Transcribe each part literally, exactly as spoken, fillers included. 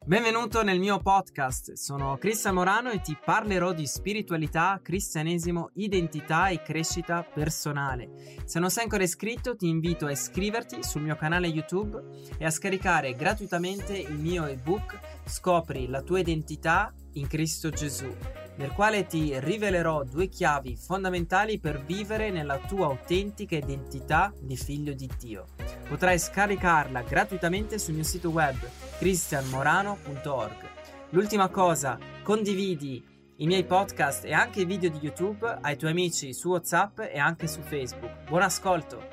Benvenuto nel mio podcast, sono Cristian Morano e ti parlerò di spiritualità, cristianesimo, identità e crescita personale. Se non sei ancora iscritto ti invito a iscriverti sul mio canale YouTube e a scaricare gratuitamente il mio ebook Scopri la tua identità in Cristo Gesù, nel quale ti rivelerò due chiavi fondamentali per vivere nella tua autentica identità di figlio di Dio. Potrai scaricarla gratuitamente sul mio sito web cristian morano punto org. L'ultima cosa, condividi i miei podcast e anche i video di YouTube ai tuoi amici su WhatsApp e anche su Facebook. Buon ascolto!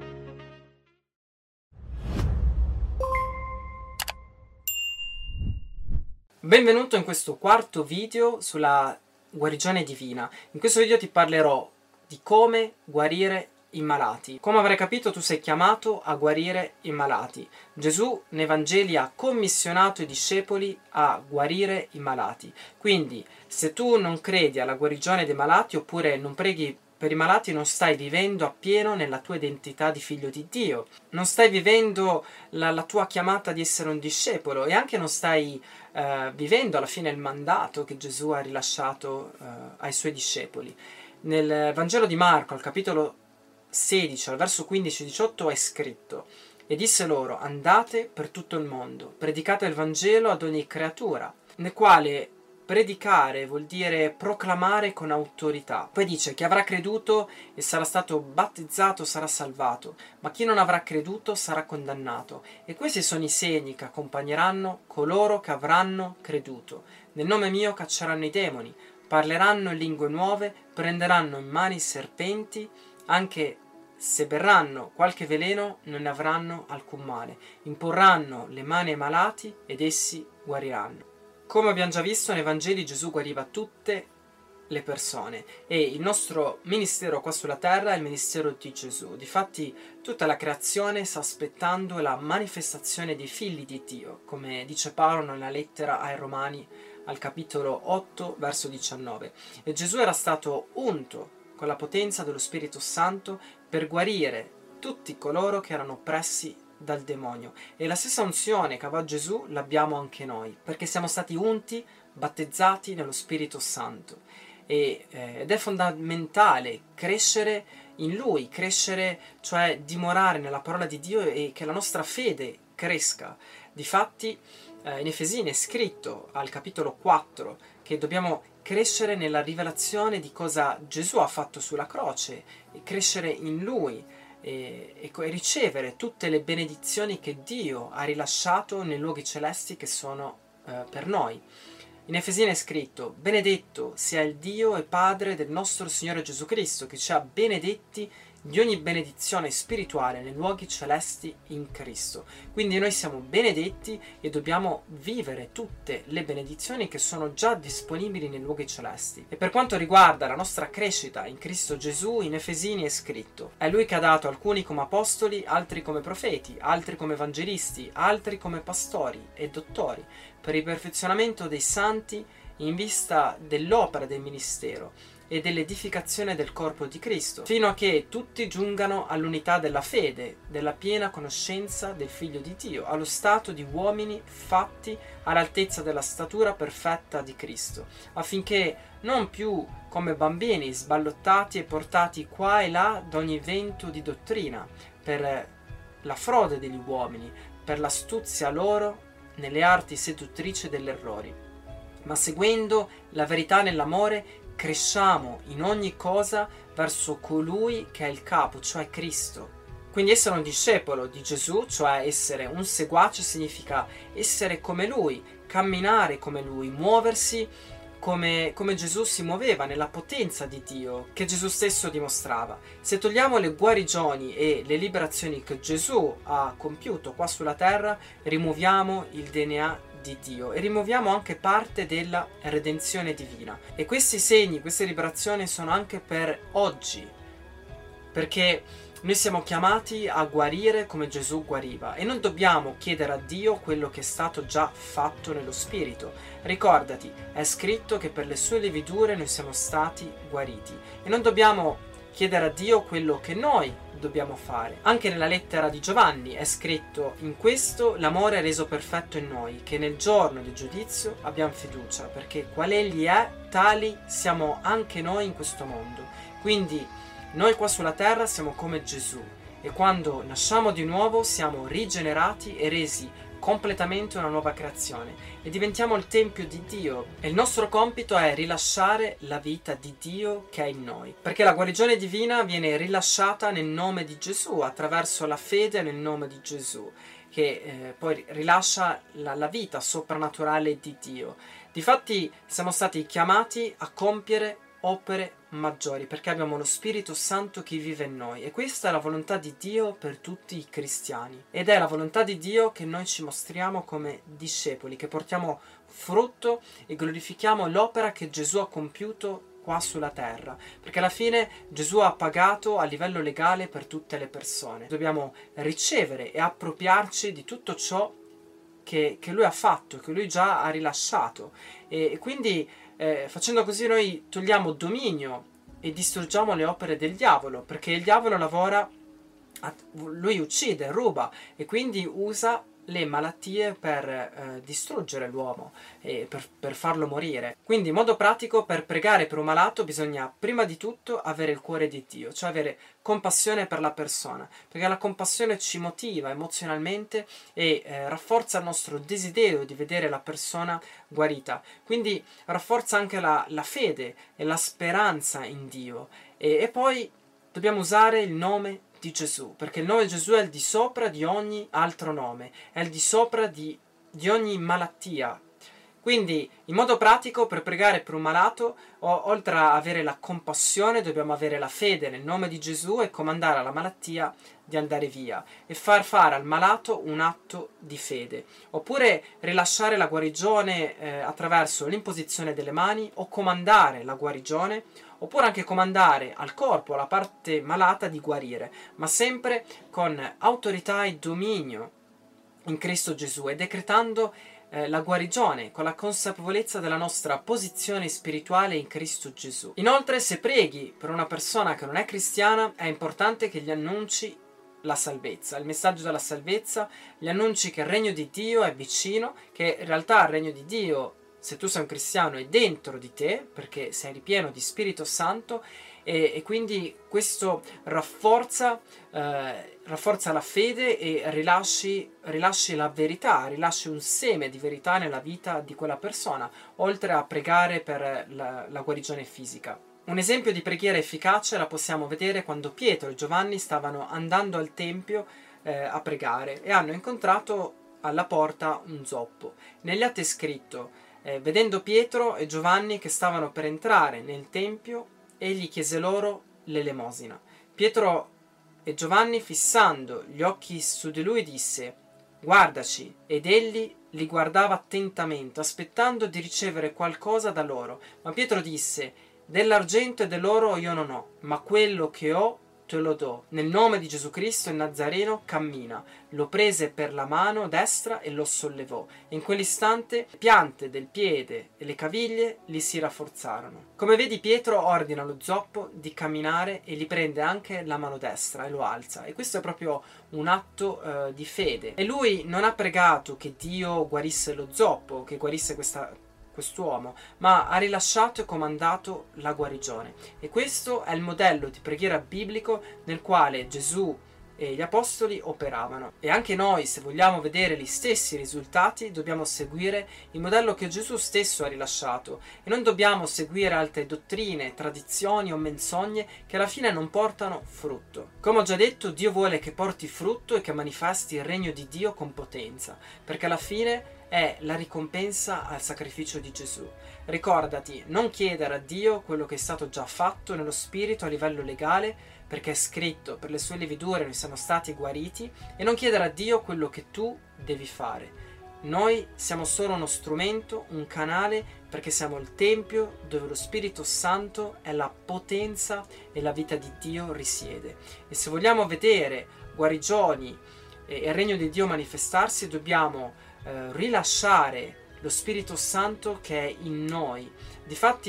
Benvenuto in questo quarto video sulla guarigione divina. In questo video ti parlerò di come guarire i malati. Come avrai capito, tu sei chiamato a guarire i malati. Gesù nei Vangeli ha commissionato i discepoli a guarire i malati. Quindi, se tu non credi alla guarigione dei malati oppure non preghi per i malati, non stai vivendo appieno nella tua identità di figlio di Dio, non stai vivendo la, la tua chiamata di essere un discepolo e anche non stai eh, vivendo alla fine il mandato che Gesù ha rilasciato eh, ai suoi discepoli. Nel Vangelo di Marco, al capitolo sedici, al verso quindici diciotto, è scritto: e disse loro: andate per tutto il mondo, predicate il Vangelo ad ogni creatura, nel quale predicare vuol dire proclamare con autorità. Poi dice: chi avrà creduto e sarà stato battezzato sarà salvato, ma chi non avrà creduto sarà condannato. E questi sono i segni che accompagneranno coloro che avranno creduto. Nel nome mio cacceranno i demoni, parleranno lingue nuove, prenderanno in mano i serpenti, anche se berranno qualche veleno non ne avranno alcun male, imporranno le mani ai malati ed essi guariranno. Come abbiamo già visto nei Vangeli, Gesù guariva tutte le persone e il nostro ministero qua sulla terra è il ministero di Gesù. Difatti tutta la creazione sta aspettando la manifestazione dei figli di Dio, come dice Paolo nella lettera ai Romani al capitolo otto verso diciannove. E Gesù era stato unto con la potenza dello Spirito Santo per guarire tutti coloro che erano oppressi dal demonio. E la stessa unzione che aveva Gesù l'abbiamo anche noi, perché siamo stati unti, battezzati nello Spirito Santo. E, eh, ed è fondamentale crescere in Lui, crescere, cioè dimorare nella parola di Dio e che la nostra fede cresca. Difatti eh, in Efesini è scritto al capitolo quattro che dobbiamo crescere nella rivelazione di cosa Gesù ha fatto sulla croce e crescere in Lui e, e, e ricevere tutte le benedizioni che Dio ha rilasciato nei luoghi celesti che sono eh, per noi. In Efesini è scritto: benedetto sia il Dio e Padre del nostro Signore Gesù Cristo, che ci ha benedetti di ogni benedizione spirituale nei luoghi celesti in Cristo. Quindi noi siamo benedetti e dobbiamo vivere tutte le benedizioni che sono già disponibili nei luoghi celesti. E per quanto riguarda la nostra crescita in Cristo Gesù, in Efesini è scritto: è Lui che ha dato alcuni come apostoli, altri come profeti, altri come evangelisti, altri come pastori e dottori, per il perfezionamento dei santi in vista dell'opera del ministero e dell'edificazione del corpo di Cristo, fino a che tutti giungano all'unità della fede, della piena conoscenza del Figlio di Dio, allo stato di uomini fatti all'altezza della statura perfetta di Cristo, affinché non più come bambini sballottati e portati qua e là da ogni vento di dottrina, per la frode degli uomini, per l'astuzia loro nelle arti seduttrici dell'errore, ma seguendo la verità nell'amore cresciamo in ogni cosa verso colui che è il capo, cioè Cristo. Quindi essere un discepolo di Gesù, cioè essere un seguace, significa essere come Lui, camminare come Lui, muoversi come, come Gesù si muoveva, nella potenza di Dio che Gesù stesso dimostrava. Se togliamo le guarigioni e le liberazioni che Gesù ha compiuto qua sulla terra, rimuoviamo il D N A di Dio e rimuoviamo anche parte della redenzione divina. E questi segni, queste liberazioni sono anche per oggi, perché noi siamo chiamati a guarire come Gesù guariva e non dobbiamo chiedere a Dio quello che è stato già fatto nello Spirito. Ricordati, è scritto che per le sue lividure noi siamo stati guariti e non dobbiamo chiedere a Dio quello che noi dobbiamo fare. Anche nella lettera di Giovanni è scritto: in questo l'amore è reso perfetto in noi, che nel giorno del giudizio abbiamo fiducia, perché qual egli è, tali siamo anche noi in questo mondo. Quindi noi qua sulla terra siamo come Gesù, e quando nasciamo di nuovo siamo rigenerati e resi completamente una nuova creazione e diventiamo il tempio di Dio, e il nostro compito è rilasciare la vita di Dio che è in noi, perché la guarigione divina viene rilasciata nel nome di Gesù, attraverso la fede nel nome di Gesù, che eh, poi rilascia la, la vita soprannaturale di Dio. Difatti siamo stati chiamati a compiere opere maggiori, perché abbiamo lo Spirito Santo che vive in noi, e questa è la volontà di Dio per tutti i cristiani, ed è la volontà di Dio che noi ci mostriamo come discepoli, che portiamo frutto e glorifichiamo l'opera che Gesù ha compiuto qua sulla terra, perché alla fine Gesù ha pagato a livello legale per tutte le persone. Dobbiamo ricevere e appropriarci di tutto ciò che, che Lui ha fatto, che Lui già ha rilasciato, e, e quindi Eh, facendo così noi togliamo dominio e distruggiamo le opere del diavolo, perché il diavolo lavora, lui uccide, ruba, e quindi usa le malattie per eh, distruggere l'uomo e per, per farlo morire. Quindi in modo pratico, per pregare per un malato bisogna prima di tutto avere il cuore di Dio, cioè avere compassione per la persona, perché la compassione ci motiva emozionalmente e eh, rafforza il nostro desiderio di vedere la persona guarita, quindi rafforza anche la, la fede e la speranza in Dio, e, e poi dobbiamo usare il nome di Gesù, perché il nome di Gesù è il di sopra di ogni altro nome, è il di sopra di, di ogni malattia. Quindi in modo pratico, per pregare per un malato, o, oltre a avere la compassione, dobbiamo avere la fede nel nome di Gesù e comandare alla malattia di andare via e far fare al malato un atto di fede, oppure rilasciare la guarigione eh, attraverso l'imposizione delle mani, o comandare la guarigione, oppure anche comandare al corpo, alla parte malata, di guarire, ma sempre con autorità e dominio in Cristo Gesù, e decretando eh, la guarigione con la consapevolezza della nostra posizione spirituale in Cristo Gesù. Inoltre, se preghi per una persona che non è cristiana, è importante che gli annunci la salvezza, il messaggio della salvezza, gli annunci che il regno di Dio è vicino, che in realtà il regno di Dio, se tu sei un cristiano, è dentro di te, perché sei ripieno di Spirito Santo, e, e quindi questo rafforza, eh, rafforza la fede e rilasci, rilasci la verità, rilasci un seme di verità nella vita di quella persona, oltre a pregare per la, la guarigione fisica. Un esempio di preghiera efficace la possiamo vedere quando Pietro e Giovanni stavano andando al Tempio eh, a pregare, e hanno incontrato alla porta un zoppo. Negli Atti è scritto: Eh, vedendo Pietro e Giovanni che stavano per entrare nel Tempio, egli chiese loro l'elemosina. Pietro e Giovanni, fissando gli occhi su di lui, disse: guardaci, ed egli li guardava attentamente, aspettando di ricevere qualcosa da loro. Ma Pietro disse: dell'argento e dell'oro io non ho, ma quello che ho te lo do. Nel nome di Gesù Cristo il Nazareno, cammina. Lo prese per la mano destra e lo sollevò. E in quell'istante le piante del piede e le caviglie gli si rafforzarono. Come vedi, Pietro ordina allo zoppo di camminare e gli prende anche la mano destra e lo alza. E questo è proprio un atto eh, di fede. E lui non ha pregato che Dio guarisse lo zoppo, che guarisse questa quest'uomo, ma ha rilasciato e comandato la guarigione. E questo è il modello di preghiera biblico nel quale Gesù e gli apostoli operavano. E anche noi, se vogliamo vedere gli stessi risultati, dobbiamo seguire il modello che Gesù stesso ha rilasciato, e non dobbiamo seguire altre dottrine, tradizioni o menzogne che alla fine non portano frutto. Come ho già detto, Dio vuole che porti frutto e che manifesti il regno di Dio con potenza, perché alla fine è la ricompensa al sacrificio di Gesù. Ricordati, non chiedere a Dio quello che è stato già fatto nello spirito a livello legale, perché è scritto: per le sue lividure noi siamo stati guariti, e non chiedere a Dio quello che tu devi fare. Noi siamo solo uno strumento, un canale, perché siamo il Tempio dove lo Spirito Santo è la potenza e la vita di Dio risiede. E se vogliamo vedere guarigioni e il regno di Dio manifestarsi, dobbiamo Eh, rilasciare lo Spirito Santo che è in noi. Difatti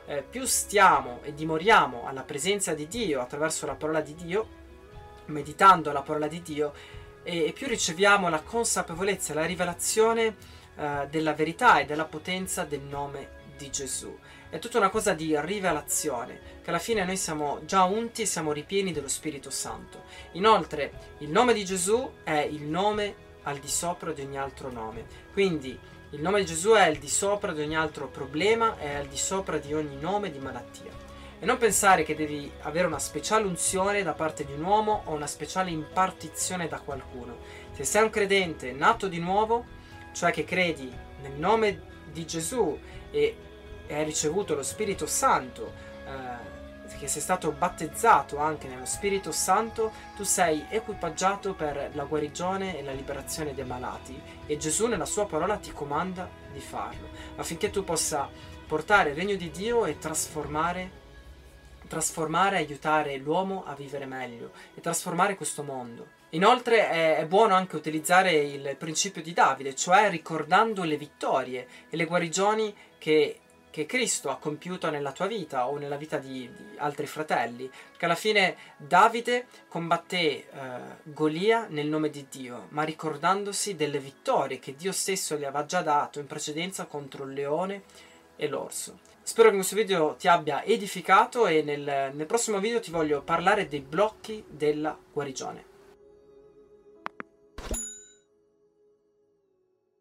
eh, più stiamo e dimoriamo alla presenza di Dio attraverso la parola di Dio, meditando la parola di Dio, e, e più riceviamo la consapevolezza e la rivelazione eh, della verità e della potenza del nome di Gesù. È tutta una cosa di rivelazione, che alla fine noi siamo già unti e siamo ripieni dello Spirito Santo. Inoltre il nome di Gesù è il nome al di sopra di ogni altro nome, quindi il nome di Gesù è al di sopra di ogni altro problema, è al di sopra di ogni nome di malattia. E non pensare che devi avere una speciale unzione da parte di un uomo o una speciale impartizione da qualcuno. Se sei un credente nato di nuovo, cioè che credi nel nome di Gesù e e hai ricevuto lo Spirito Santo, eh, che sei stato battezzato anche nello Spirito Santo, tu sei equipaggiato per la guarigione e la liberazione dei malati, e Gesù nella sua parola ti comanda di farlo, affinché tu possa portare il regno di Dio e trasformare, trasformare e aiutare l'uomo a vivere meglio e trasformare questo mondo. Inoltre è, è buono anche utilizzare il principio di Davide, cioè ricordando le vittorie e le guarigioni che che Cristo ha compiuto nella tua vita o nella vita di, di altri fratelli, che alla fine Davide combatté eh, Golia nel nome di Dio, ma ricordandosi delle vittorie che Dio stesso gli aveva già dato in precedenza contro il leone e l'orso. Spero che questo video ti abbia edificato, e nel, nel prossimo video ti voglio parlare dei blocchi della guarigione.